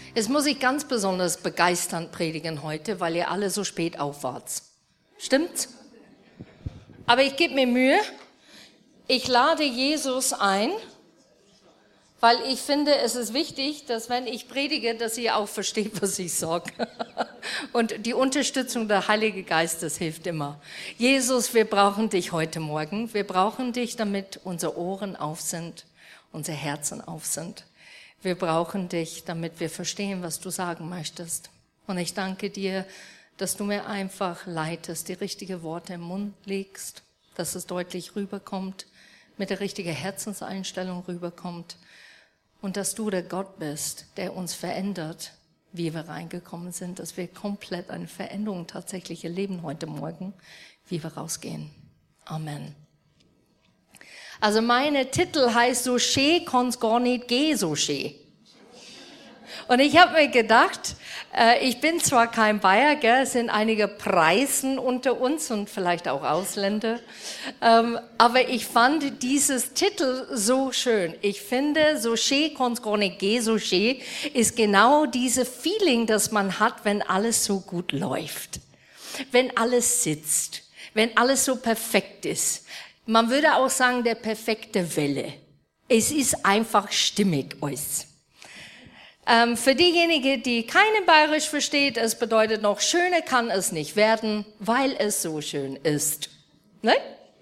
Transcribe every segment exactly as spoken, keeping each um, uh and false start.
Jetzt muss ich ganz besonders begeisternd predigen heute, weil ihr alle so spät aufwart. Stimmt's? Aber ich gebe mir Mühe. Ich lade Jesus ein, weil ich finde, es ist wichtig, dass wenn ich predige, dass ihr auch versteht, was ich sage. Und die Unterstützung der Heilige Geistes hilft immer. Jesus, wir brauchen dich heute Morgen. Wir brauchen dich, damit unsere Ohren auf sind, unsere Herzen auf sind. Wir brauchen dich, damit wir verstehen, was du sagen möchtest. Und ich danke dir, dass du mir einfach leitest, die richtigen Worte im Mund legst, dass es deutlich rüberkommt, mit der richtigen Herzenseinstellung rüberkommt und dass du der Gott bist, der uns verändert, wie wir reingekommen sind, dass wir komplett eine Veränderung tatsächlich erleben heute Morgen, wie wir rausgehen. Amen. Also meine Titel heißt so schee konnt's gar nicht gehen, so schee. Und ich habe mir gedacht, äh, ich bin zwar kein Bayer, gell, es sind einige Preisen unter uns und vielleicht auch Ausländer, ähm, aber ich fand dieses Titel so schön. Ich finde, so schee konnt's gar nicht gehen, so schee ist genau diese Feeling, das man hat, wenn alles so gut läuft, wenn alles sitzt, wenn alles so perfekt ist. Man würde auch sagen, der perfekte Welle. Es ist einfach stimmig alles. Ähm, für diejenigen, die keine Bayerisch versteht, es bedeutet noch, schöner kann es nicht werden, weil es so schön ist. Ne?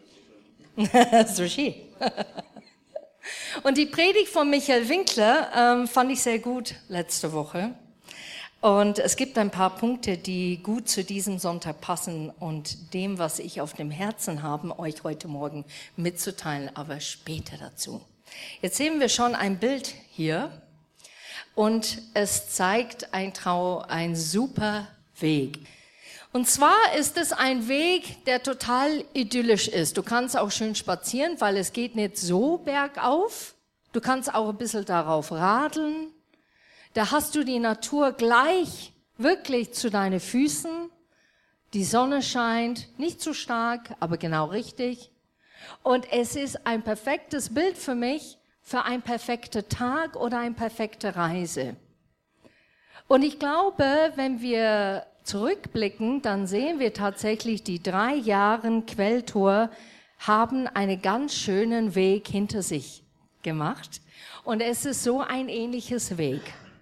So schön. Und die Predigt von Michael Winkler ähm, fand ich sehr gut letzte Woche. Und es gibt ein paar Punkte, die gut zu diesem Sonntag passen und dem, was ich auf dem Herzen habe, euch heute Morgen mitzuteilen, aber später dazu. Jetzt sehen wir schon ein Bild hier und es zeigt ein Trau, ein super Weg. Und zwar ist es ein Weg, der total idyllisch ist. Du kannst auch schön spazieren, weil es geht nicht so bergauf. Du kannst auch ein bisschen darauf radeln. Da hast du die Natur gleich wirklich zu deinen Füßen. Die Sonne scheint, nicht zu stark, aber genau richtig. Und es ist ein perfektes Bild für mich, für einen perfekten Tag oder eine perfekte Reise. Und ich glaube, wenn wir zurückblicken, dann sehen wir tatsächlich, die drei Jahre Quelltour haben einen ganz schönen Weg hinter sich gemacht. Und es ist so ein ähnliches Weg.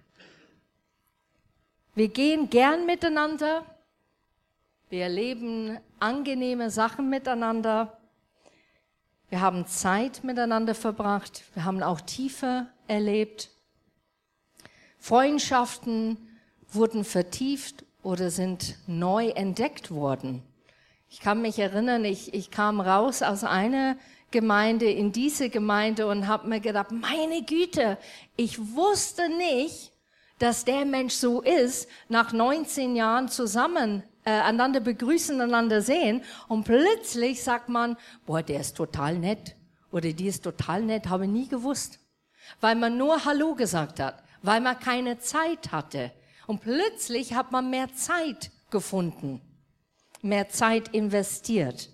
Wir gehen gern miteinander, wir erleben angenehme Sachen miteinander, wir haben Zeit miteinander verbracht, wir haben auch Tiefe erlebt. Freundschaften wurden vertieft oder sind neu entdeckt worden. Ich kann mich erinnern, ich, ich kam raus aus einer Gemeinde in diese Gemeinde und habe mir gedacht, meine Güte, ich wusste nicht, dass der Mensch so ist, nach neunzehn Jahren zusammen äh, einander begrüßen, einander sehen und plötzlich sagt man, boah, der ist total nett oder die ist total nett, habe ich nie gewusst, weil man nur Hallo gesagt hat, weil man keine Zeit hatte und plötzlich hat man mehr Zeit gefunden, mehr Zeit investiert.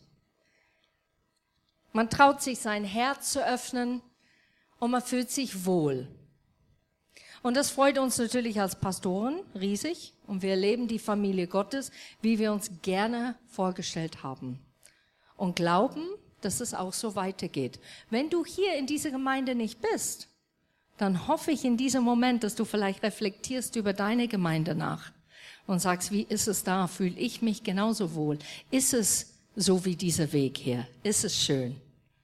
Man traut sich sein Herz zu öffnen und man fühlt sich wohl. Und das freut uns natürlich als Pastoren riesig. Und wir erleben die Familie Gottes, wie wir uns gerne vorgestellt haben. Und glauben, dass es auch so weitergeht. Wenn du hier in dieser Gemeinde nicht bist, dann hoffe ich in diesem Moment, dass du vielleicht reflektierst über deine Gemeinde nach. Und sagst, wie ist es da? Fühle ich mich genauso wohl? Ist es so wie dieser Weg hier? Ist es schön?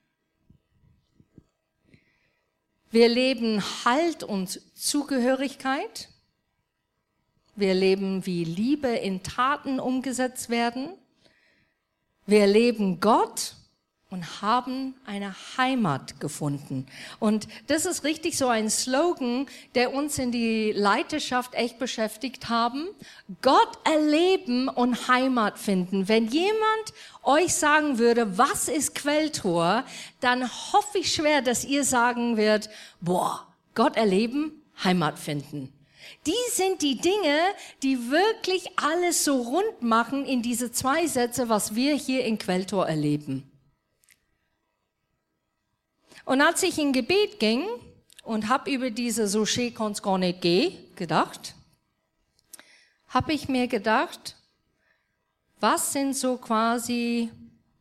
Wir erleben Halt und Zugehörigkeit. Wir erleben, wie Liebe in Taten umgesetzt werden. Wir erleben Gott und haben eine Heimat gefunden. Und das ist richtig so ein Slogan, der uns in die Leiterschaft echt beschäftigt haben. Gott erleben und Heimat finden. Wenn jemand euch sagen würde, was ist Quelltor, dann hoffe ich schwer, dass ihr sagen werdet, boah, Gott erleben, Heimat finden. Die sind die Dinge, die wirklich alles so rund machen in diese zwei Sätze, was wir hier in Quelltor erleben. Und als ich in Gebet ging und habe über diese so schee konnt's gar nicht gehen gedacht, habe ich mir gedacht, was sind so quasi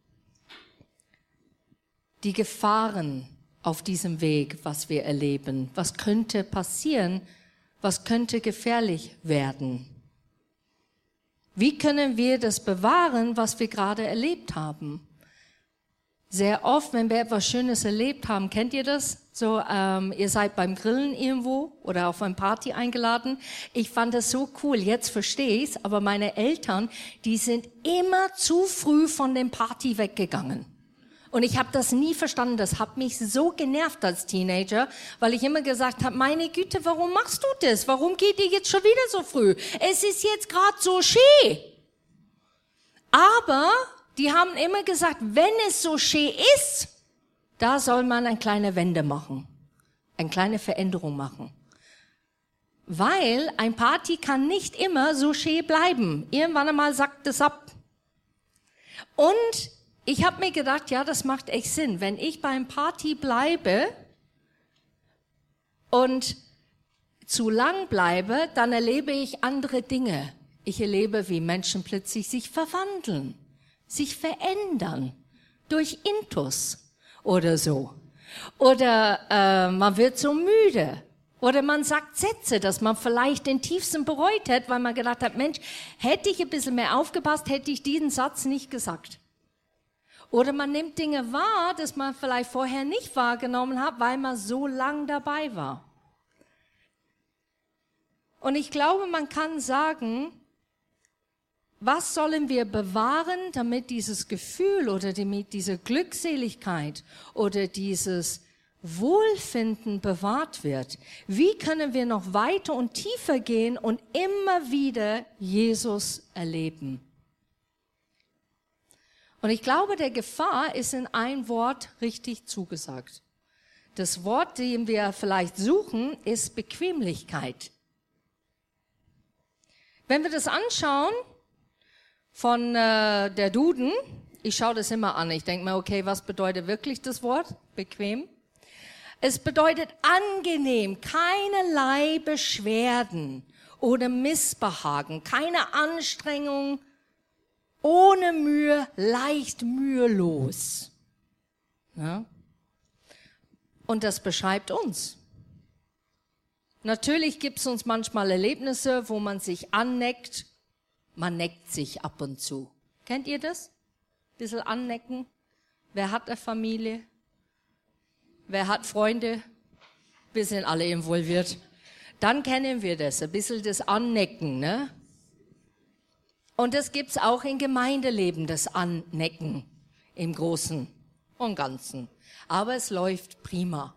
die Gefahren auf diesem Weg, was wir erleben? Was könnte passieren? Was könnte gefährlich werden? Wie können wir das bewahren, was wir gerade erlebt haben? Sehr oft, wenn wir etwas Schönes erlebt haben, kennt ihr das? So, ähm, ihr seid beim Grillen irgendwo oder auf eine Party eingeladen. Ich fand das so cool, jetzt verstehe ich's, aber meine Eltern, die sind immer zu früh von dem Party weggegangen. Und ich habe das nie verstanden, das hat mich so genervt als Teenager, weil ich immer gesagt habe, meine Güte, warum machst du das? Warum geht ihr jetzt schon wieder so früh? Es ist jetzt gerade so schön. Aber die haben immer gesagt, wenn es so schön ist, da soll man eine kleine Wende machen, eine kleine Veränderung machen. Weil ein Party kann nicht immer so schön bleiben. Irgendwann einmal sackt es ab. Und ich habe mir gedacht, ja, das macht echt Sinn. Wenn ich beim Party bleibe und zu lang bleibe, dann erlebe ich andere Dinge. Ich erlebe, wie Menschen plötzlich sich verwandeln, sich verändern durch Intus oder so. Oder äh, man wird so müde. Oder man sagt Sätze, dass man vielleicht den tiefsten bereut hat, weil man gedacht hat, Mensch, hätte ich ein bisschen mehr aufgepasst, hätte ich diesen Satz nicht gesagt. Oder man nimmt Dinge wahr, das man vielleicht vorher nicht wahrgenommen hat, weil man so lang dabei war. Und ich glaube, man kann sagen, was sollen wir bewahren, damit dieses Gefühl oder damit diese Glückseligkeit oder dieses Wohlfinden bewahrt wird? Wie können wir noch weiter und tiefer gehen und immer wieder Jesus erleben? Und ich glaube, der Gefahr ist in ein Wort richtig zugesagt. Das Wort, den wir vielleicht suchen, ist Bequemlichkeit. Wenn wir das anschauen von äh, der Duden, ich schaue das immer an, ich denke mir, okay, was bedeutet wirklich das Wort? Bequem. Es bedeutet angenehm, keinerlei Beschwerden oder Missbehagen, keine Anstrengung, ohne Mühe, leicht mühelos. Ja? Und das beschreibt uns. Natürlich gibt es uns manchmal Erlebnisse, wo man sich anneckt. Man neckt sich ab und zu. Kennt ihr das? Ein bisschen annecken. Wer hat eine Familie? Wer hat Freunde? Wir sind alle involviert. Dann kennen wir das, ein bisschen das Annecken, ne? Und das gibt's auch im Gemeindeleben, das Annecken im Großen und Ganzen. Aber es läuft prima.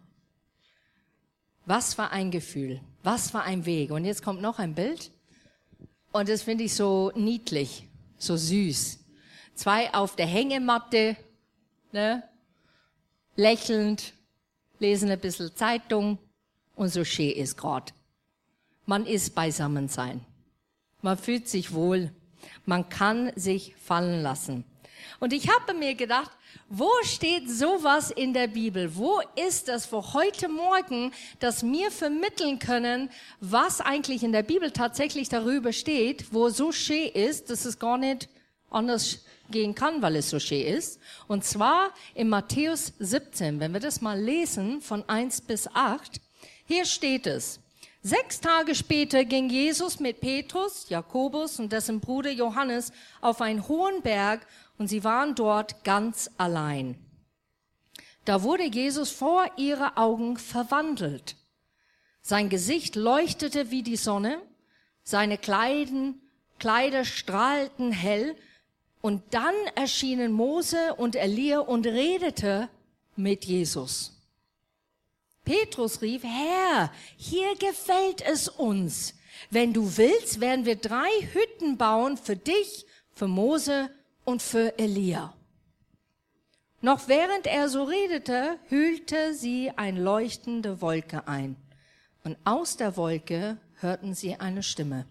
Was für ein Gefühl, was für ein Weg. Und jetzt kommt noch ein Bild. Und das finde ich so niedlich, so süß. Zwei auf der Hängematte, ne, lächelnd, lesen ein bisschen Zeitung und so schön ist gerade. Man ist beisammen sein. Man fühlt sich wohl. Man kann sich fallen lassen. Und ich habe mir gedacht, wo steht sowas in der Bibel? Wo ist das für heute Morgen, dass wir vermitteln können, was eigentlich in der Bibel tatsächlich darüber steht, wo so schön ist, dass es gar nicht anders gehen kann, weil es so schön ist. Und zwar in Matthäus siebzehn, wenn wir das mal lesen, von eins bis acht, hier steht es. Sechs Tage später ging Jesus mit Petrus, Jakobus und dessen Bruder Johannes auf einen hohen Berg und sie waren dort ganz allein. Da wurde Jesus vor ihre Augen verwandelt. Sein Gesicht leuchtete wie die Sonne, seine Kleiden, Kleider strahlten hell und dann erschienen Mose und Elia und redete mit Jesus. Petrus rief, Herr, hier gefällt es uns. Wenn du willst, werden wir drei Hütten bauen für dich, für Mose und für Elia. Noch während er so redete, hüllte sie eine leuchtende Wolke ein. Und aus der Wolke hörten sie eine Stimme.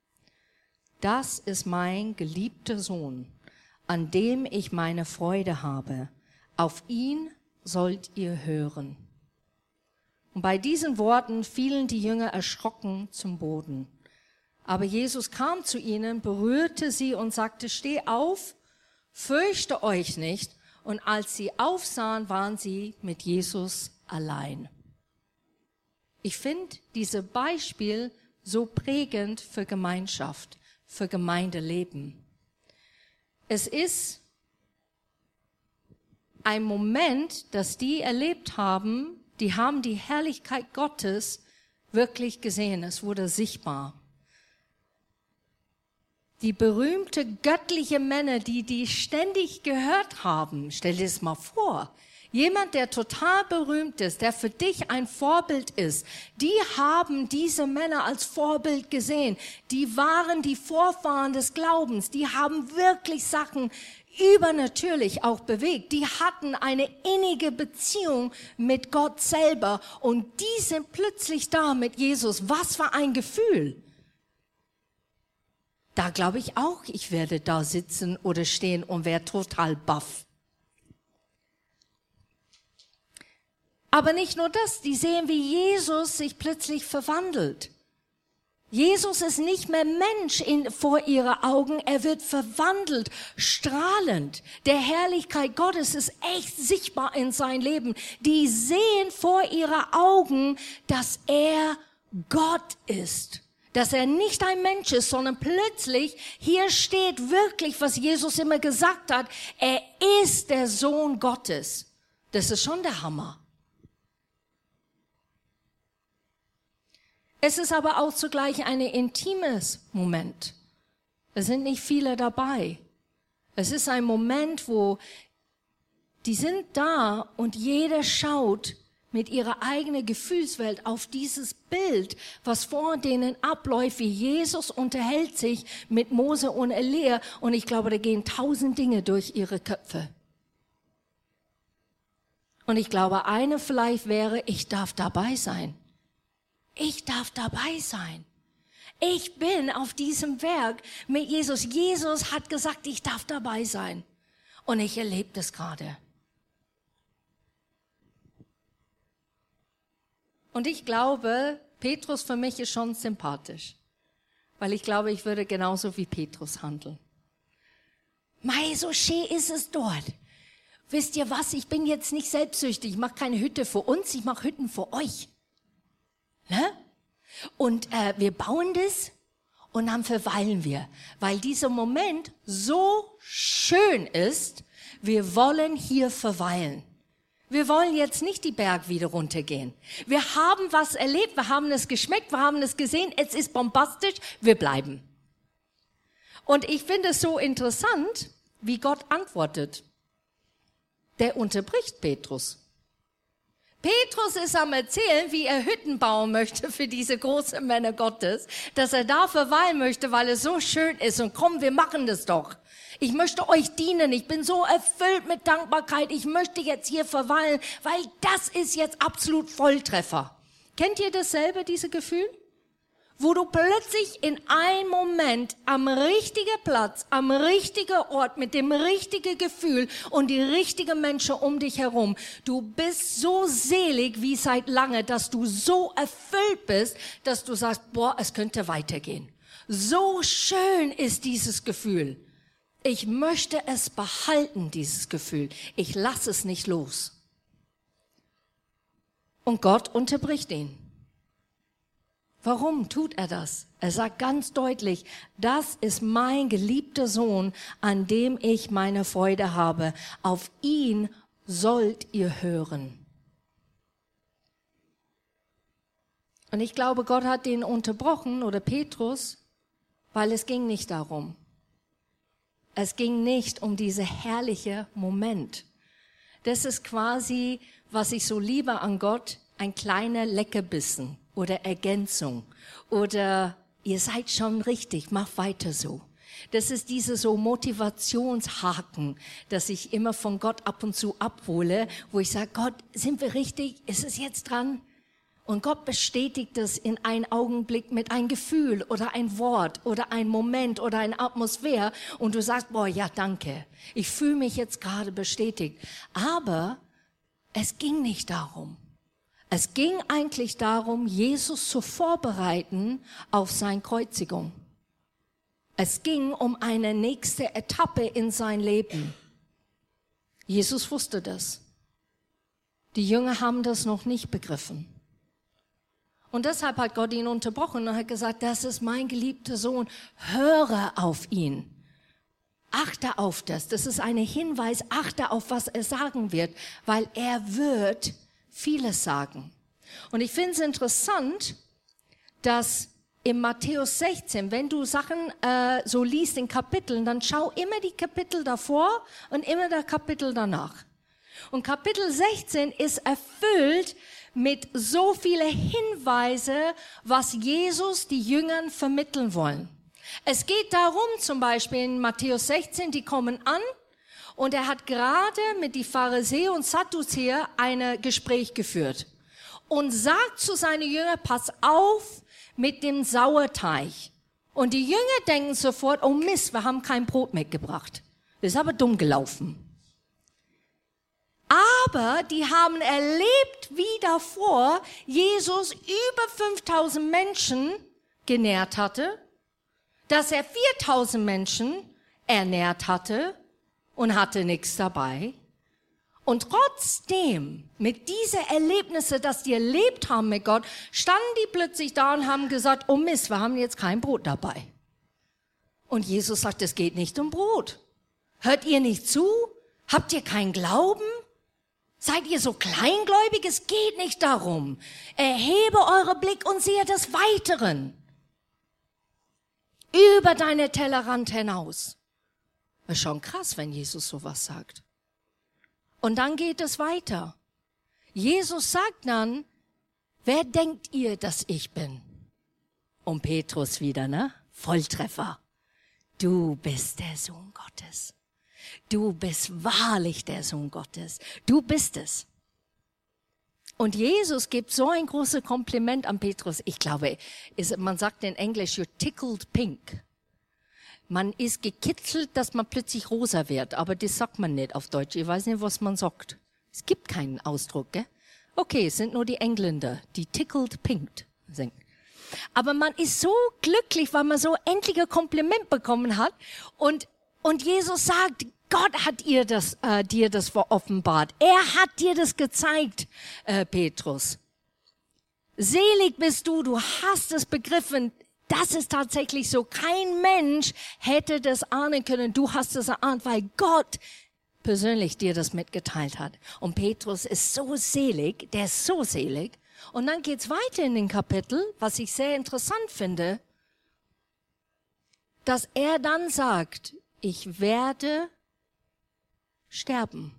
Das ist mein geliebter Sohn, an dem ich meine Freude habe. Auf ihn sollt ihr hören. Und bei diesen Worten fielen die Jünger erschrocken zum Boden. Aber Jesus kam zu ihnen, berührte sie und sagte, steh auf, fürchte euch nicht. Und als sie aufsahen, waren sie mit Jesus allein. Ich finde dieses Beispiel so prägend für Gemeinschaft, für Gemeindeleben. Es ist ein Moment, das die erlebt haben, die haben die Herrlichkeit Gottes wirklich gesehen. Es wurde sichtbar. Die berühmte göttliche Männer, die die ständig gehört haben, stell dir das mal vor. Jemand, der total berühmt ist, der für dich ein Vorbild ist, die haben diese Männer als Vorbild gesehen. Die waren die Vorfahren des Glaubens. Die haben wirklich Sachen übernatürlich auch bewegt. Die hatten eine innige Beziehung mit Gott selber und die sind plötzlich da mit Jesus. Was für ein Gefühl! Da glaube ich auch, ich werde da sitzen oder stehen und wäre total baff. Aber nicht nur das, die sehen, wie Jesus sich plötzlich verwandelt. Jesus ist nicht mehr Mensch in, vor ihre Augen, er wird verwandelt, strahlend. Der Herrlichkeit Gottes ist echt sichtbar in sein Leben. Die sehen vor ihre Augen, dass er Gott ist. Dass er nicht ein Mensch ist, sondern plötzlich, hier steht wirklich, was Jesus immer gesagt hat, er ist der Sohn Gottes. Das ist schon der Hammer. Es ist aber auch zugleich ein intimes Moment. Es sind nicht viele dabei. Es ist ein Moment, wo die sind da und jeder schaut mit ihrer eigenen Gefühlswelt auf dieses Bild, was vor denen abläuft, wie Jesus unterhält sich mit Mose und Elia. Und ich glaube, da gehen tausend Dinge durch ihre Köpfe. Und ich glaube, eine vielleicht wäre, ich darf dabei sein. Ich darf dabei sein. Ich bin auf diesem Werk mit Jesus. Jesus hat gesagt, ich darf dabei sein. Und ich erlebe das gerade. Und ich glaube, Petrus für mich ist schon sympathisch. Weil ich glaube, ich würde genauso wie Petrus handeln. Mei, so schön ist es dort. Wisst ihr was, ich bin jetzt nicht selbstsüchtig. Ich mache keine Hütte für uns, ich mache Hütten für euch. Ne? Und äh, wir bauen das und dann verweilen wir. Weil dieser Moment so schön ist, wir wollen hier verweilen. Wir wollen jetzt nicht die Berg wieder runtergehen. Wir haben was erlebt, wir haben es geschmeckt, wir haben es gesehen, es ist bombastisch, wir bleiben. Und ich finde es so interessant, wie Gott antwortet. Der unterbricht Petrus. Petrus ist am Erzählen, wie er Hütten bauen möchte für diese großen Männer Gottes, dass er da verweilen möchte, weil es so schön ist. Und komm, wir machen das doch. Ich möchte euch dienen. Ich bin so erfüllt mit Dankbarkeit. Ich möchte jetzt hier verweilen, weil das ist jetzt absolut Volltreffer. Kennt ihr dasselbe, dieses Gefühl? Wo du plötzlich in einem Moment am richtigen Platz, am richtigen Ort, mit dem richtigen Gefühl und die richtigen Menschen um dich herum, du bist so selig wie seit lange, dass du so erfüllt bist, dass du sagst, boah, es könnte weitergehen. So schön ist dieses Gefühl. Ich möchte es behalten, dieses Gefühl. Ich lasse es nicht los. Und Gott unterbricht ihn. Warum tut er das? Er sagt ganz deutlich, das ist mein geliebter Sohn, an dem ich meine Freude habe. Auf ihn sollt ihr hören. Und ich glaube, Gott hat den unterbrochen, oder Petrus, weil es ging nicht darum. Es ging nicht um diesen herrlichen Moment. Das ist quasi, was ich so liebe an Gott, ein kleiner Leckerbissen oder Ergänzung oder ihr seid schon richtig, mach weiter so. Das ist diese so Motivationshaken, dass ich immer von Gott ab und zu abhole, wo ich sage, Gott, sind wir richtig? Ist es jetzt dran? Und Gott bestätigt das in einem Augenblick mit einem Gefühl oder ein Wort oder ein Moment oder eine Atmosphäre und du sagst, boah, ja, danke. Ich fühle mich jetzt gerade bestätigt. Aber es ging nicht darum. Es ging eigentlich darum, Jesus zu vorbereiten auf seine Kreuzigung. Es ging um eine nächste Etappe in sein Leben. Jesus wusste das. Die Jünger haben das noch nicht begriffen. Und deshalb hat Gott ihn unterbrochen und hat gesagt, das ist mein geliebter Sohn, höre auf ihn. Achte auf das. Das ist ein Hinweis, achte auf, was er sagen wird, weil er wird vieles sagen. Und ich finde es interessant, dass in Matthäus sechzehn, wenn du Sachen äh, so liest in Kapiteln, dann schau immer die Kapitel davor und immer das Kapitel danach. Und Kapitel sechzehn ist erfüllt mit so viele Hinweise, was Jesus die Jüngern vermitteln wollen. Es geht darum, zum Beispiel in Matthäus sechzehn, die kommen an und er hat gerade mit die Pharisäer und Sadduzäer ein Gespräch geführt und sagt zu seinen Jüngern, pass auf mit dem Sauerteig. Und die Jünger denken sofort, oh Mist, wir haben kein Brot mitgebracht. Das ist aber dumm gelaufen. Aber die haben erlebt, wie davor Jesus über fünftausend Menschen genährt hatte, dass er viertausend Menschen ernährt hatte und hatte nichts dabei. Und trotzdem, mit diesen Erlebnissen, dass die erlebt haben mit Gott, standen die plötzlich da und haben gesagt, oh Mist, wir haben jetzt kein Brot dabei. Und Jesus sagt, es geht nicht um Brot. Hört ihr nicht zu? Habt ihr keinen Glauben? Seid ihr so kleingläubig? Es geht nicht darum. Erhebe euren Blick und sehe des Weiteren. Über deine Tellerrand hinaus. Ist schon krass, wenn Jesus sowas sagt. Und dann geht es weiter. Jesus sagt dann, wer denkt ihr, dass ich bin? Und Petrus wieder, ne? Volltreffer. Du bist der Sohn Gottes. Du bist wahrlich der Sohn Gottes. Du bist es. Und Jesus gibt so ein großes Kompliment an Petrus. Ich glaube, man sagt in Englisch, you're tickled pink. Man ist gekitzelt, dass man plötzlich rosa wird. Aber das sagt man nicht auf Deutsch. Ich weiß nicht, was man sagt. Es gibt keinen Ausdruck, gell? Okay, es sind nur die Engländer, die tickled pink singen. Aber man ist so glücklich, weil man so endlich ein Kompliment bekommen hat. Und, und Jesus sagt, Gott hat ihr das, äh, dir das offenbart. Er hat dir das gezeigt, äh, Petrus. Selig bist du, du hast es begriffen. Das ist tatsächlich so. Kein Mensch hätte das ahnen können. Du hast es erahnt, weil Gott persönlich dir das mitgeteilt hat. Und Petrus ist so selig, der ist so selig. Und dann geht's weiter in den Kapitel, was ich sehr interessant finde, dass er dann sagt, ich werde sterben.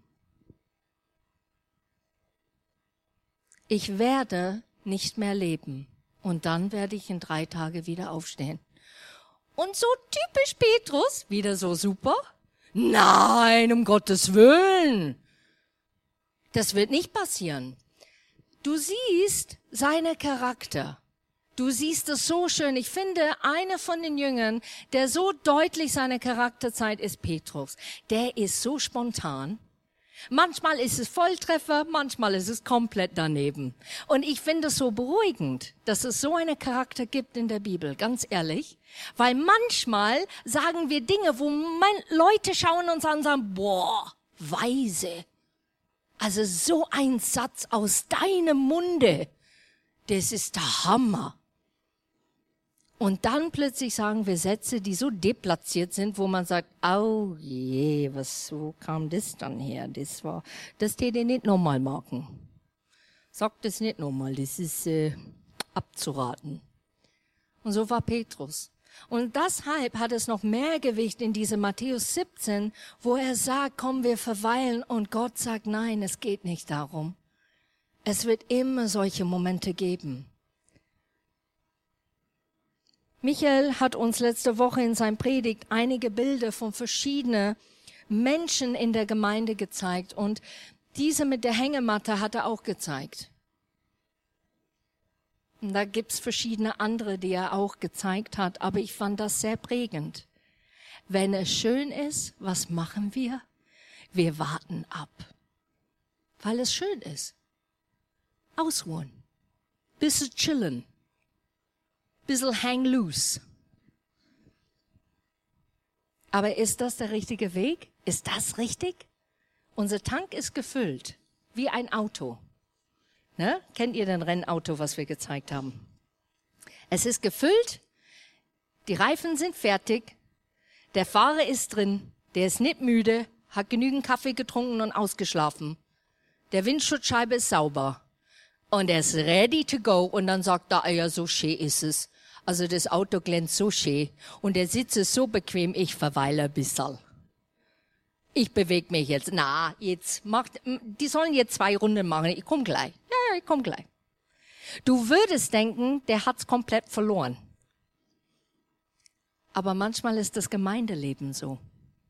Ich werde nicht mehr leben. Und dann werde ich in drei Tagen wieder aufstehen. Und so typisch Petrus, wieder so super. Nein, um Gottes Willen. Das wird nicht passieren. Du siehst seinen Charakter. Du siehst es so schön. Ich finde, einer von den Jüngern, der so deutlich seine Charakter zeigt, ist Petrus. Der ist so spontan. Manchmal ist es Volltreffer, manchmal ist es komplett daneben. Und ich finde es so beruhigend, dass es so einen Charakter gibt in der Bibel, ganz ehrlich. Weil manchmal sagen wir Dinge, wo man, Leute schauen uns an und sagen, boah, weise. Also so ein Satz aus deinem Munde, das ist der Hammer. Und dann plötzlich sagen wir Sätze, die so deplatziert sind, wo man sagt, au je, was, wo kam das dann her? Das war, das täte ich nicht nochmal machen. Sagt das nicht nochmal, das ist äh, abzuraten. Und so war Petrus. Und deshalb hat es noch mehr Gewicht in diese Matthäus siebzehn, wo er sagt, komm, wir verweilen. Und Gott sagt, nein, es geht nicht darum. Es wird immer solche Momente geben. Michael hat uns letzte Woche in seinem Predigt einige Bilder von verschiedenen Menschen in der Gemeinde gezeigt. Und diese mit der Hängematte hat er auch gezeigt. Und da gibt's verschiedene andere, die er auch gezeigt hat. Aber ich fand das sehr prägend. Wenn es schön ist, was machen wir? Wir warten ab. Weil es schön ist. ausruhen, bisschen chillen, bisschen hang loose. Aber ist das der richtige Weg? Ist das richtig? Unser Tank ist gefüllt, wie ein Auto. Ne? Kennt ihr den Rennauto, was wir gezeigt haben? Es ist gefüllt, die Reifen sind fertig, der Fahrer ist drin, der ist nicht müde, hat genügend Kaffee getrunken und ausgeschlafen. Der Windschutzscheibe ist sauber und er ist ready to go und dann sagt er, ah ja, so schön ist es. Also das Auto glänzt so schön und der Sitz ist so bequem, ich verweile ein bisschen. Ich bewege mich jetzt. Na, jetzt macht, die sollen jetzt zwei Runden machen. Ich komm gleich. Ja, ja, ich komm gleich. Du würdest denken, der hat's komplett verloren. Aber manchmal ist das Gemeindeleben so.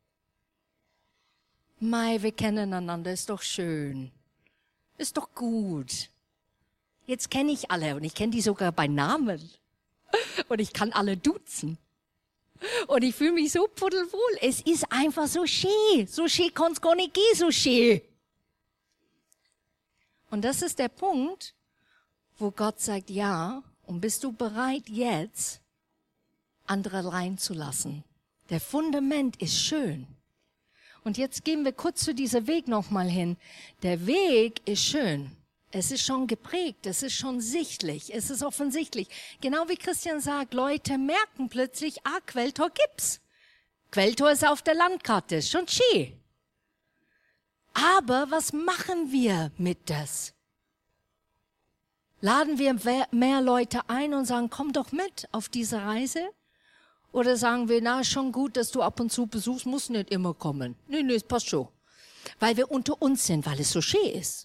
Mei, wir kennen einander, ist doch schön. Ist doch gut. Jetzt kenne ich alle und ich kenne die sogar bei Namen. Und ich kann alle duzen. Und ich fühle mich so pudelwohl. Es ist einfach so schön. So schön kann es gar nicht gehen, so schön. Und das ist der Punkt, wo Gott sagt, ja, und bist du bereit jetzt, andere reinzulassen? Der Fundament ist schön. Und jetzt gehen wir kurz zu diesem Weg nochmal hin. Der Weg ist schön. Es ist schon geprägt, es ist schon sichtlich, es ist offensichtlich. Genau wie Christian sagt, Leute merken plötzlich, ah, Quelltor gibt's. Quelltor ist auf der Landkarte, ist schon schön. Aber was machen wir mit das? Laden wir mehr Leute ein und sagen, komm doch mit auf diese Reise? Oder sagen wir, na, schon gut, dass du ab und zu besuchst, musst nicht immer kommen. Nee, nee, es passt schon. Weil wir unter uns sind, weil es so schön ist.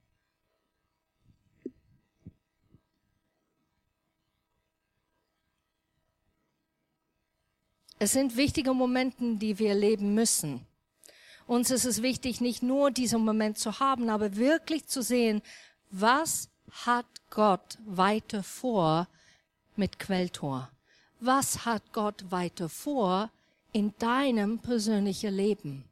Es sind wichtige Momente, die wir erleben müssen. Uns ist es wichtig, nicht nur diesen Moment zu haben, aber wirklich zu sehen, was hat Gott weiter vor mit Quelltor? Was hat Gott weiter vor in deinem persönlichen Leben?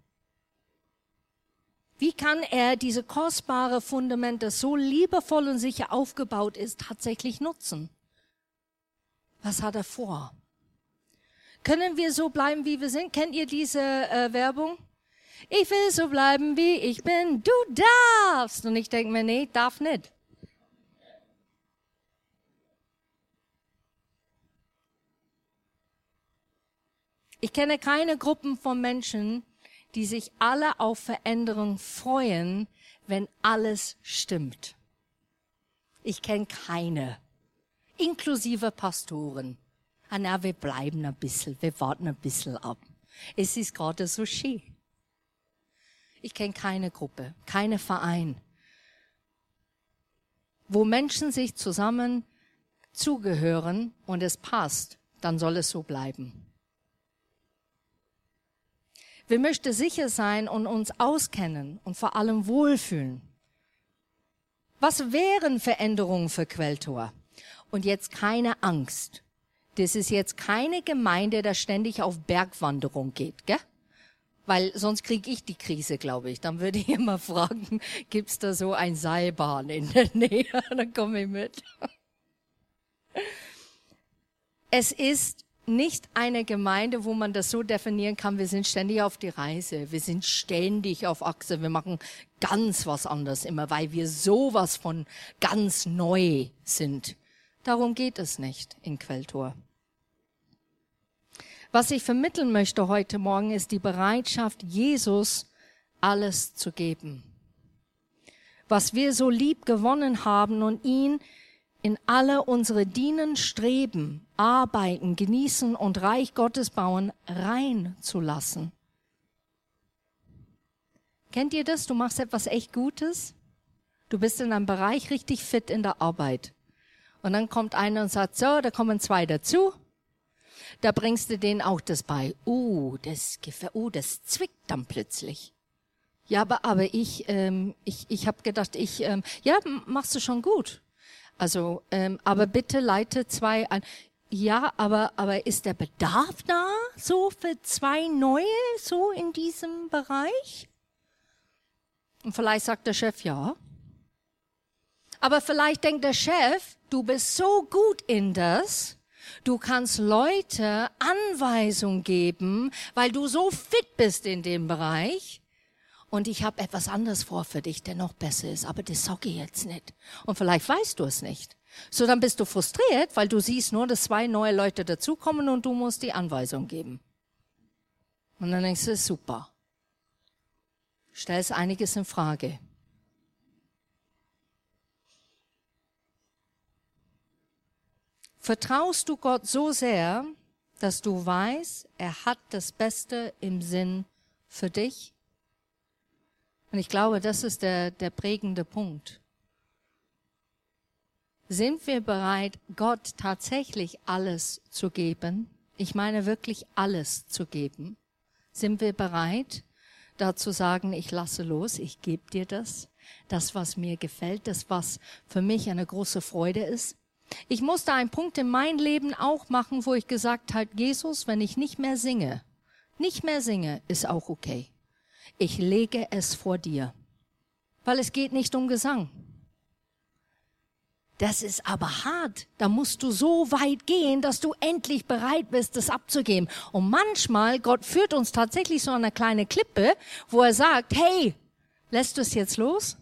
Wie kann er diese kostbare Fundament, das so liebevoll und sicher aufgebaut ist, tatsächlich nutzen? Was hat er vor? Können wir so bleiben, wie wir sind? Kennt ihr diese äh, Werbung? Ich will so bleiben, wie ich bin. Du darfst. Und ich denke mir, nee, darf nicht. Ich kenne keine Gruppen von Menschen, die sich alle auf Veränderung freuen, wenn alles stimmt. Ich kenne keine, inklusive Pastoren. Ah, na, wir bleiben ein bisschen, wir warten ein bisschen ab. Es ist gerade so schön. Ich kenne keine Gruppe, keine Verein, wo Menschen sich zusammen zugehören und es passt, dann soll es so bleiben. Wir möchten sicher sein und uns auskennen und vor allem wohlfühlen. Was wären Veränderungen für Quelltor? Und jetzt keine Angst. Das ist jetzt keine Gemeinde, die ständig auf Bergwanderung geht, gell? Weil sonst kriege ich die Krise, glaube ich. Dann würde ich immer fragen, gibt's da so ein Seilbahn in der Nähe? Dann komme ich mit. Es ist nicht eine Gemeinde, wo man das so definieren kann, wir sind ständig auf die Reise, wir sind ständig auf Achse, wir machen ganz was anderes immer, weil wir sowas von ganz neu sind. Darum geht es nicht in Quelltor. Was ich vermitteln möchte heute Morgen ist die Bereitschaft, Jesus alles zu geben. Was wir so lieb gewonnen haben und ihn in alle unsere Dienen, Streben, Arbeiten, Genießen und Reich Gottes bauen reinzulassen. Kennt ihr das? Du machst etwas echt Gutes. Du bist in einem Bereich richtig fit in der Arbeit. Und dann kommt einer und sagt, so, da kommen zwei dazu. Da bringst du denen auch das bei. Uh, das gefällt, uh, das zwickt dann plötzlich. Ja, aber, aber ich, ähm, ich, ich habe gedacht, ich, ähm, ja, machst du schon gut. Also, ähm, aber bitte leite zwei an. Ja, aber, aber ist der Bedarf da, so für zwei neue, so in diesem Bereich? Und vielleicht sagt der Chef, ja. Aber vielleicht denkt der Chef, du bist so gut in das, du kannst Leute Anweisungen geben, weil du so fit bist in dem Bereich. Und ich habe etwas anderes vor für dich, der noch besser ist, aber das sage ich jetzt nicht. Und vielleicht weißt du es nicht. So, dann bist du frustriert, weil du siehst nur, dass zwei neue Leute dazukommen und du musst die Anweisung geben. Und dann denkst du, super. Stellst einiges in Frage. Vertraust du Gott so sehr, dass du weißt, er hat das Beste im Sinn für dich? Und ich glaube, das ist der, der prägende Punkt. Sind wir bereit, Gott tatsächlich alles zu geben? Ich meine wirklich alles zu geben. Sind wir bereit, da zu sagen, ich lasse los, ich gebe dir das, das, was mir gefällt, das, was für mich eine große Freude ist? Ich musste einen Punkt in meinem Leben auch machen, wo ich gesagt habe, Jesus, wenn ich nicht mehr singe, nicht mehr singe, ist auch okay. Ich lege es vor dir, weil es geht nicht um Gesang. Das ist aber hart. Da musst du so weit gehen, dass du endlich bereit bist, das abzugeben. Und manchmal, Gott führt uns tatsächlich so an eine kleine Klippe, wo er sagt, hey, lässt du es jetzt los?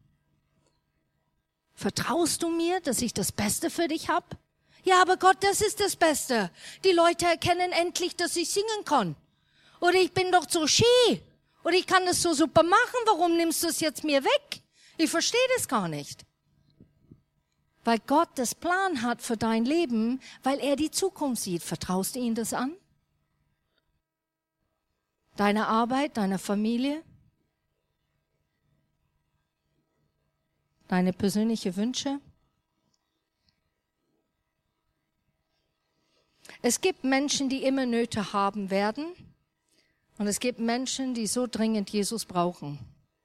Vertraust du mir, dass ich das Beste für dich hab? Ja, aber Gott, das ist das Beste. Die Leute erkennen endlich, dass ich singen kann. Oder ich bin doch so schön. Oder ich kann das so super machen. Warum nimmst du es jetzt mir weg? Ich verstehe das gar nicht. Weil Gott das Plan hat für dein Leben, weil er die Zukunft sieht. Vertraust du ihm das an? Deine Arbeit, deine Familie? Deine persönlichen Wünsche? Es gibt Menschen, die immer Nöte haben werden. Und es gibt Menschen, die so dringend Jesus brauchen.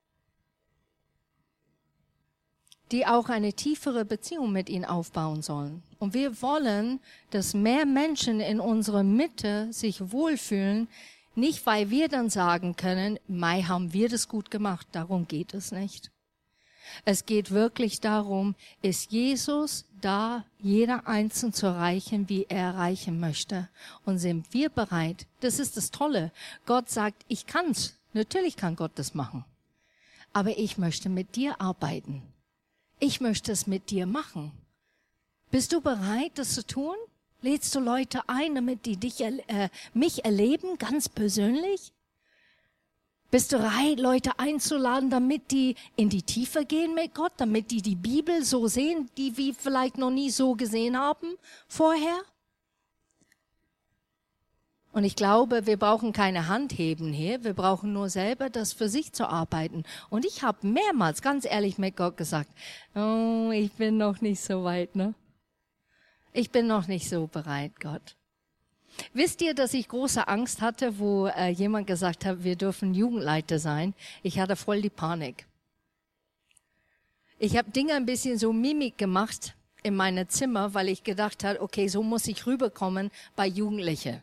Die auch eine tiefere Beziehung mit ihm aufbauen sollen. Und wir wollen, dass mehr Menschen in unserer Mitte sich wohlfühlen, nicht weil wir dann sagen können, Mai, haben wir das gut gemacht. Darum geht es nicht. Es geht wirklich darum, ist Jesus da, jeder Einzelne zu erreichen, wie er erreichen möchte. Und sind wir bereit? Das ist das Tolle. Gott sagt, ich kann's. Natürlich kann Gott das machen. Aber ich möchte mit dir arbeiten. Ich möchte es mit dir machen. Bist du bereit, das zu tun? Lädst du Leute ein, damit die dich, äh, mich erleben, ganz persönlich? Bist du bereit, Leute einzuladen, damit die in die Tiefe gehen mit Gott, damit die die Bibel so sehen, die wir vielleicht noch nie so gesehen haben vorher? Und ich glaube, wir brauchen keine Hand heben hier, wir brauchen nur selber das für sich zu arbeiten. Und ich habe mehrmals ganz ehrlich mit Gott gesagt, oh, ich bin noch nicht so weit, ne? Ich bin noch nicht so bereit, Gott. Wisst ihr, dass ich große Angst hatte, wo äh, jemand gesagt hat, wir dürfen Jugendleiter sein? Ich hatte voll die Panik. Ich habe Dinge ein bisschen so Mimik gemacht in meinem Zimmer, weil ich gedacht habe, okay, so muss ich rüberkommen bei Jugendlichen.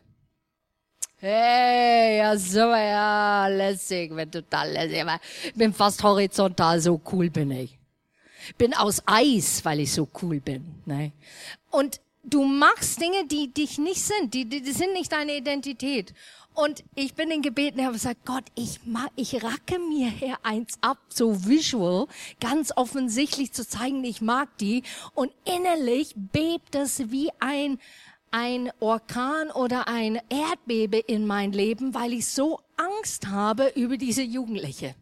Hey, ja so, ja, lässig, bin total lässig. Ich bin fast horizontal, so cool bin ich. Bin aus Eis, weil ich so cool bin. Ne? Und du machst Dinge, die dich nicht sind, die, die, die sind nicht deine Identität. Und ich bin in Gebeten, ich habe gesagt, Gott, ich mag, ich racke mir hier eins ab, so visual, ganz offensichtlich zu zeigen, ich mag die. Und innerlich bebt es wie ein, ein Orkan oder ein Erdbebe in mein Leben, weil ich so Angst habe über diese Jugendliche.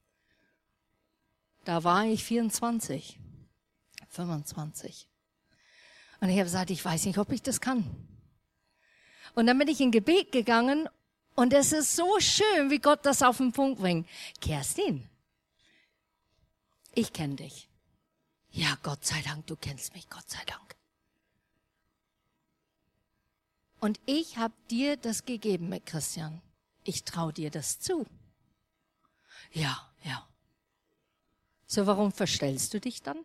Da war ich vierundzwanzig, fünfundzwanzig. Und ich habe gesagt, ich weiß nicht, ob ich das kann. Und dann bin ich in Gebet gegangen und es ist so schön, wie Gott das auf den Punkt bringt. Kerstin, ich kenne dich. Ja, Gott sei Dank, du kennst mich, Gott sei Dank. Und ich habe dir das gegeben mit Christian. Ich traue dir das zu. Ja, ja. So, warum verstellst du dich dann?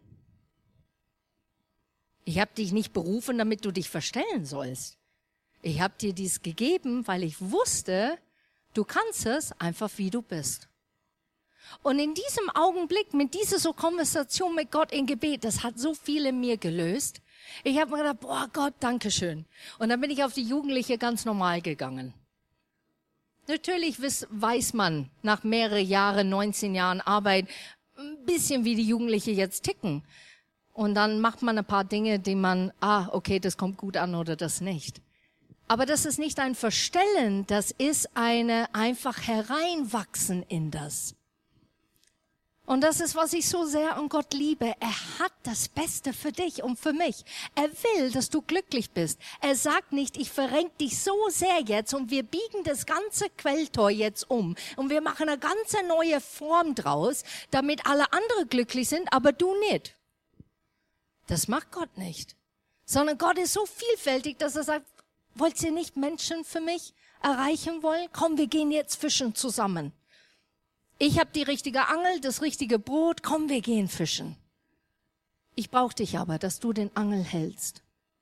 Ich habe dich nicht berufen, damit du dich verstellen sollst. Ich habe dir dies gegeben, weil ich wusste, du kannst es einfach, wie du bist. Und in diesem Augenblick, mit dieser so Konversation mit Gott im Gebet, das hat so viel in mir gelöst. Ich habe mir gedacht, boah Gott, danke schön. Und dann bin ich auf die Jugendliche ganz normal gegangen. Natürlich weiß man nach mehreren Jahren, neunzehn Jahren Arbeit, ein bisschen wie die Jugendliche jetzt ticken. Und dann macht man ein paar Dinge, die man, ah, okay, das kommt gut an oder das nicht. Aber das ist nicht ein Verstellen, das ist eine einfach hereinwachsen in das. Und das ist, was ich so sehr an Gott liebe. Er hat das Beste für dich und für mich. Er will, dass du glücklich bist. Er sagt nicht, ich verrenke dich so sehr jetzt und wir biegen das ganze Quelltor jetzt um und wir machen eine ganz neue Form draus, damit alle anderen glücklich sind, aber du nicht. Das macht Gott nicht. Sondern Gott ist so vielfältig, dass er sagt, wollt ihr nicht Menschen für mich erreichen wollen? Komm, wir gehen jetzt fischen zusammen. Ich habe die richtige Angel, das richtige Brot. Komm, wir gehen fischen. Ich brauche dich aber, dass du den Angel hältst.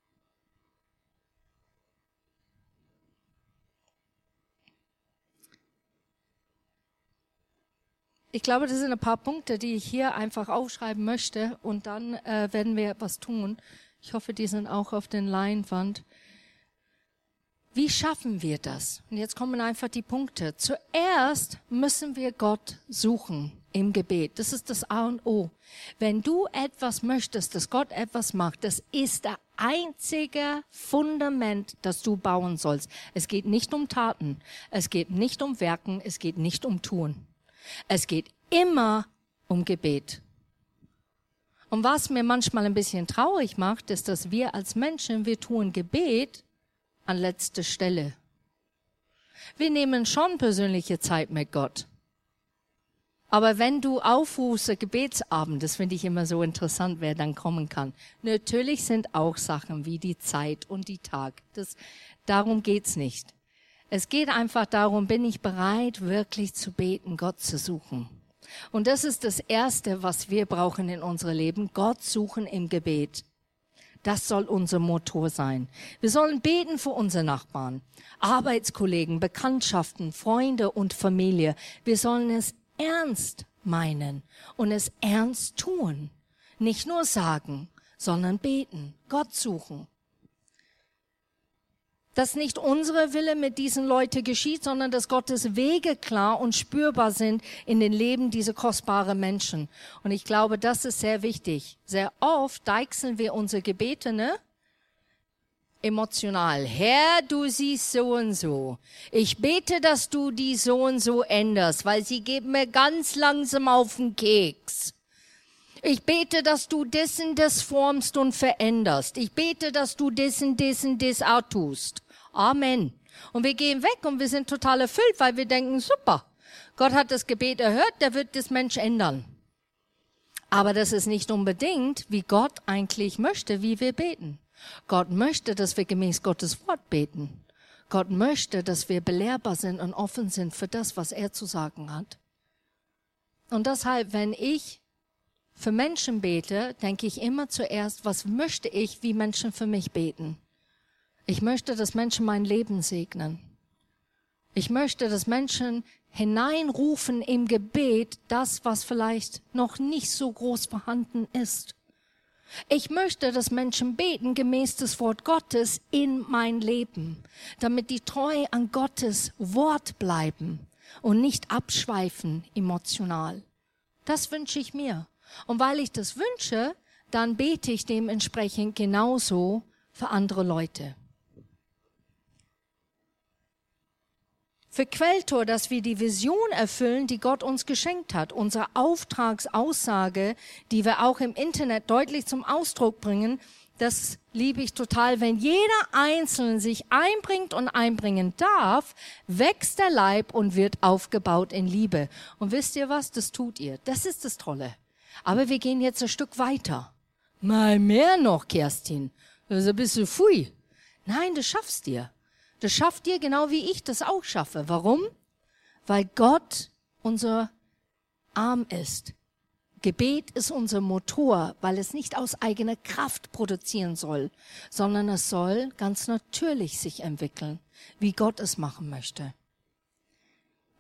Ich glaube, das sind ein paar Punkte, die ich hier einfach aufschreiben möchte und dann äh, werden wir was tun. Ich hoffe, die sind auch auf den Leinwand. Wie schaffen wir das? Und jetzt kommen einfach die Punkte. Zuerst müssen wir Gott suchen im Gebet. Das ist das A und O. Wenn du etwas möchtest, dass Gott etwas macht, das ist der einzige Fundament, das du bauen sollst. Es geht nicht um Taten, es geht nicht um Werken, es geht nicht um Tun. Es geht immer um Gebet. Und was mir manchmal ein bisschen traurig macht, ist, dass wir als Menschen, wir tun Gebet an letzter Stelle. Wir nehmen schon persönliche Zeit mit Gott. Aber wenn du aufrufst, Gebetsabend, das finde ich immer so interessant, wer dann kommen kann. Natürlich sind auch Sachen wie die Zeit und die Tag. Das, darum geht's nicht. Es geht einfach darum, bin ich bereit, wirklich zu beten, Gott zu suchen. Und das ist das Erste, was wir brauchen in unserem Leben, Gott suchen im Gebet. Das soll unser Motor sein. Wir sollen beten für unsere Nachbarn, Arbeitskollegen, Bekanntschaften, Freunde und Familie. Wir sollen es ernst meinen und es ernst tun. Nicht nur sagen, sondern beten, Gott suchen. Dass nicht unsere Wille mit diesen Leuten geschieht, sondern dass Gottes Wege klar und spürbar sind in den Leben dieser kostbaren Menschen. Und ich glaube, das ist sehr wichtig. Sehr oft deichseln wir unsere Gebete, ne? Emotional. Herr, du siehst so und so. Ich bete, dass du die so und so änderst, weil sie geben mir ganz langsam auf den Keks. Ich bete, dass du das und das formst und veränderst. Ich bete, dass du das und das und das auch tust. Amen. Und wir gehen weg und wir sind total erfüllt, weil wir denken, super, Gott hat das Gebet erhört, der wird das Mensch ändern. Aber das ist nicht unbedingt, wie Gott eigentlich möchte, wie wir beten. Gott möchte, dass wir gemäß Gottes Wort beten. Gott möchte, dass wir belehrbar sind und offen sind für das, was er zu sagen hat. Und deshalb, wenn ich für Menschen bete, denke ich immer zuerst, was möchte ich, wie Menschen für mich beten? Ich möchte, dass Menschen mein Leben segnen. Ich möchte, dass Menschen hineinrufen im Gebet das, was vielleicht noch nicht so groß vorhanden ist. Ich möchte, dass Menschen beten gemäß des Wort Gottes in mein Leben, damit die treu an Gottes Wort bleiben und nicht abschweifen emotional. Das wünsche ich mir. Und weil ich das wünsche, dann bete ich dementsprechend genauso für andere Leute. Für Quelltor, dass wir die Vision erfüllen, die Gott uns geschenkt hat. Unsere Auftragsaussage, die wir auch im Internet deutlich zum Ausdruck bringen, das liebe ich total. Wenn jeder Einzelne sich einbringt und einbringen darf, wächst der Leib und wird aufgebaut in Liebe. Und wisst ihr was? Das tut ihr. Das ist das Tolle. Aber wir gehen jetzt ein Stück weiter. Mal mehr noch, Kerstin. Das ist ein bisschen pfui. Nein, das schaffst dir. Das schafft ihr genau wie ich das auch schaffe. Warum? Weil Gott unser Arm ist. Gebet ist unser Motor, weil es nicht aus eigener Kraft produzieren soll, sondern es soll ganz natürlich sich entwickeln, wie Gott es machen möchte.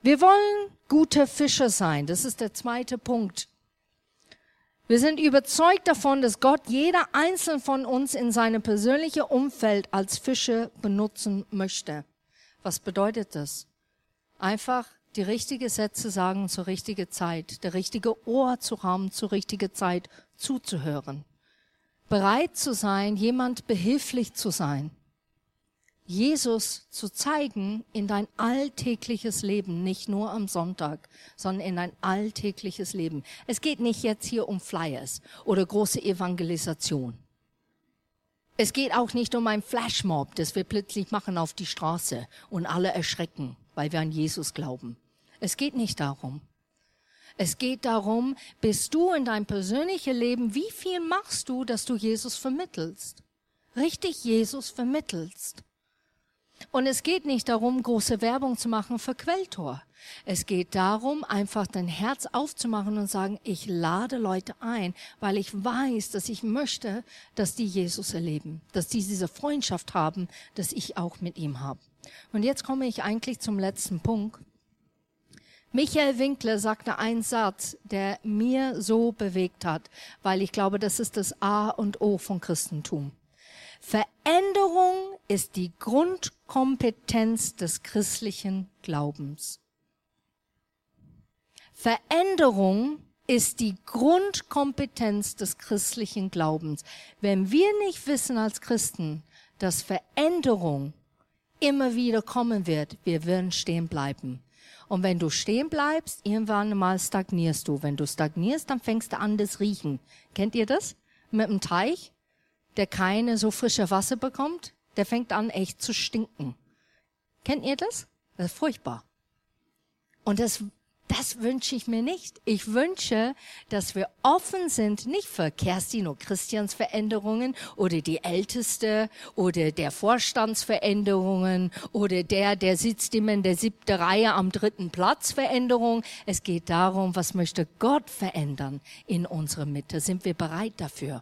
Wir wollen gute Fischer sein. Das ist der zweite Punkt. Wir sind überzeugt davon, dass Gott jeder einzelne von uns in seinem persönlichen Umfeld als Fische benutzen möchte. Was bedeutet das? Einfach die richtigen Sätze sagen zur richtigen Zeit, der richtige Ohr zu haben, zur richtigen Zeit zuzuhören. Bereit zu sein, jemand behilflich zu sein. Jesus zu zeigen in dein alltägliches Leben, nicht nur am Sonntag, sondern in dein alltägliches Leben. Es geht nicht jetzt hier um Flyers oder große Evangelisation. Es geht auch nicht um ein Flashmob, das wir plötzlich machen auf die Straße und alle erschrecken, weil wir an Jesus glauben. Es geht nicht darum. Es geht darum, bist du in deinem persönlichen Leben, wie viel machst du, dass du Jesus vermittelst? Richtig Jesus vermittelst. Und es geht nicht darum, große Werbung zu machen für Quelltor. Es geht darum, einfach dein Herz aufzumachen und sagen, ich lade Leute ein, weil ich weiß, dass ich möchte, dass die Jesus erleben, dass die diese Freundschaft haben, dass ich auch mit ihm habe. Und jetzt komme ich eigentlich zum letzten Punkt. Michael Winkler sagte einen Satz, der mir so bewegt hat, weil ich glaube, das ist das A und O von Christentum. Veränderung ist die Grundkompetenz des christlichen Glaubens. Veränderung ist die Grundkompetenz des christlichen Glaubens. Wenn wir nicht wissen als Christen, dass Veränderung immer wieder kommen wird, wir werden stehen bleiben. Und wenn du stehen bleibst, irgendwann mal stagnierst du. Wenn du stagnierst, dann fängst du an, das Riechen. Kennt ihr das? Mit einem Teich, der keine so frische Wasser bekommt, der fängt an, echt zu stinken. Kennt ihr das? Das ist furchtbar. Und das, das wünsche ich mir nicht. Ich wünsche, dass wir offen sind, nicht für Kerstin und Christians Veränderungen oder die Älteste oder der Vorstandsveränderungen oder der, der sitzt immer in der siebten Reihe am dritten Platz Veränderung. Es geht darum, was möchte Gott verändern in unserer Mitte? Sind wir bereit dafür?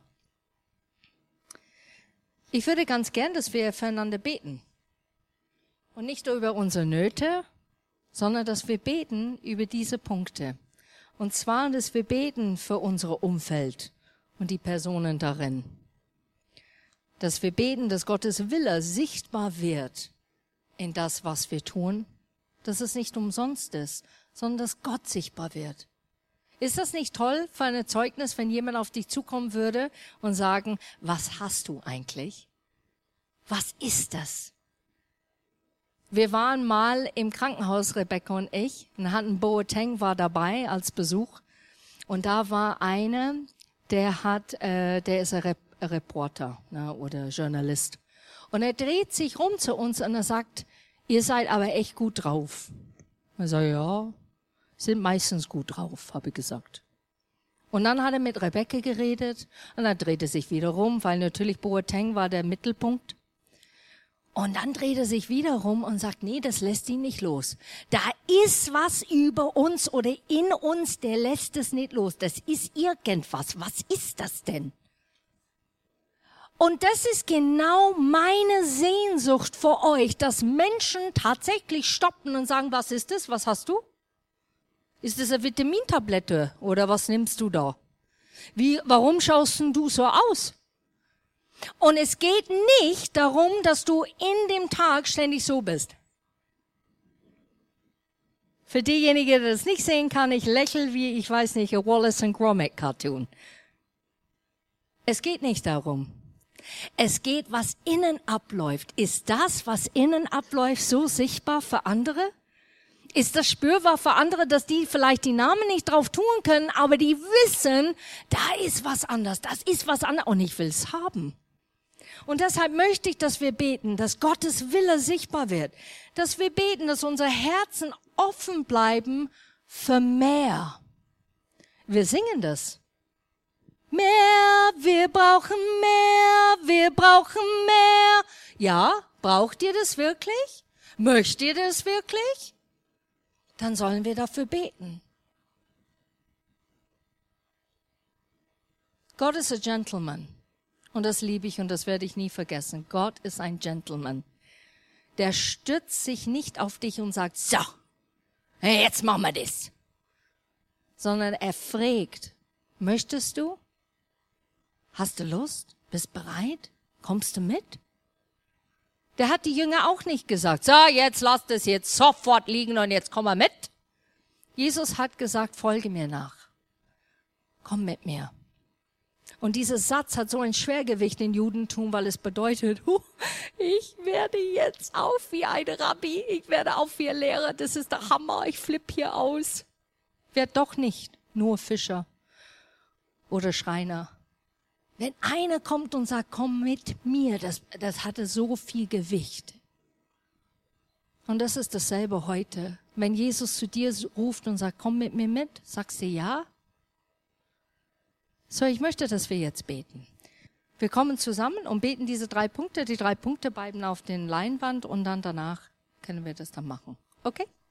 Ich würde ganz gern, dass wir füreinander beten. Und nicht nur über unsere Nöte, sondern dass wir beten über diese Punkte. Und zwar, dass wir beten für unser Umfeld und die Personen darin. Dass wir beten, dass Gottes Wille sichtbar wird in das, was wir tun. Dass es nicht umsonst ist, sondern dass Gott sichtbar wird. Ist das nicht toll für ein Zeugnis, wenn jemand auf dich zukommen würde und sagen, was hast du eigentlich? Was ist das? Wir waren mal im Krankenhaus, Rebecca und ich, und hatten Boateng war dabei als Besuch. Und da war einer, der hat, äh, der ist ein Rep Reporter, ne, oder Journalist. Und er dreht sich rum zu uns und er sagt, ihr seid aber echt gut drauf. Ich sage, ja, sind meistens gut drauf, habe ich gesagt. Und dann hat er mit Rebecca geredet und dann dreht er sich wieder rum, weil natürlich Boateng war der Mittelpunkt. Und dann dreht er sich wieder rum und sagt, nee, das lässt ihn nicht los. Da ist was über uns oder in uns, der lässt es nicht los. Das ist irgendwas. Was ist das denn? Und das ist genau meine Sehnsucht für euch, dass Menschen tatsächlich stoppen und sagen, was ist das? Was hast du? Ist das eine Vitamintablette oder was nimmst du da? Wie, warum schaust denn du so aus? Und es geht nicht darum, dass du in dem Tag ständig so bist. Für diejenigen, die das nicht sehen kann, ich lächle wie, ich weiß nicht, ein Wallace and Gromit Cartoon. Es geht nicht darum. Es geht, was innen abläuft. Ist das, was innen abläuft, so sichtbar für andere? Ist das spürbar für andere, dass die vielleicht die Namen nicht drauf tun können, aber die wissen, da ist was anders, das ist was anderes und ich will es haben. Und deshalb möchte ich, dass wir beten, dass Gottes Wille sichtbar wird. Dass wir beten, dass unsere Herzen offen bleiben für mehr. Wir singen das. Mehr, wir brauchen mehr, wir brauchen mehr. Ja, braucht ihr das wirklich? Möchtet ihr das wirklich? Dann sollen wir dafür beten. Gott ist ein Gentleman. Und das liebe ich und das werde ich nie vergessen. Gott ist ein Gentleman. Der stützt sich nicht auf dich und sagt, so, hey, jetzt machen wir das. Sondern er fragt, möchtest du? Hast du Lust? Bist bereit? Kommst du mit? Der hat die Jünger auch nicht gesagt, so, jetzt lasst es jetzt sofort liegen und jetzt komm mal mit. Jesus hat gesagt, folge mir nach. Komm mit mir. Und dieser Satz hat so ein Schwergewicht im Judentum, weil es bedeutet, huh, ich werde jetzt auf wie ein Rabbi, ich werde auf wie ein Lehrer, das ist der Hammer, ich flippe hier aus. Ich werde doch nicht nur Fischer oder Schreiner. Wenn einer kommt und sagt, komm mit mir, das, das hatte so viel Gewicht. Und das ist dasselbe heute. Wenn Jesus zu dir ruft und sagt, komm mit mir mit, sagst du ja? So, ich möchte, dass wir jetzt beten. Wir kommen zusammen und beten diese drei Punkte. Die drei Punkte bleiben auf den Leinwand und dann danach können wir das dann machen. Okay?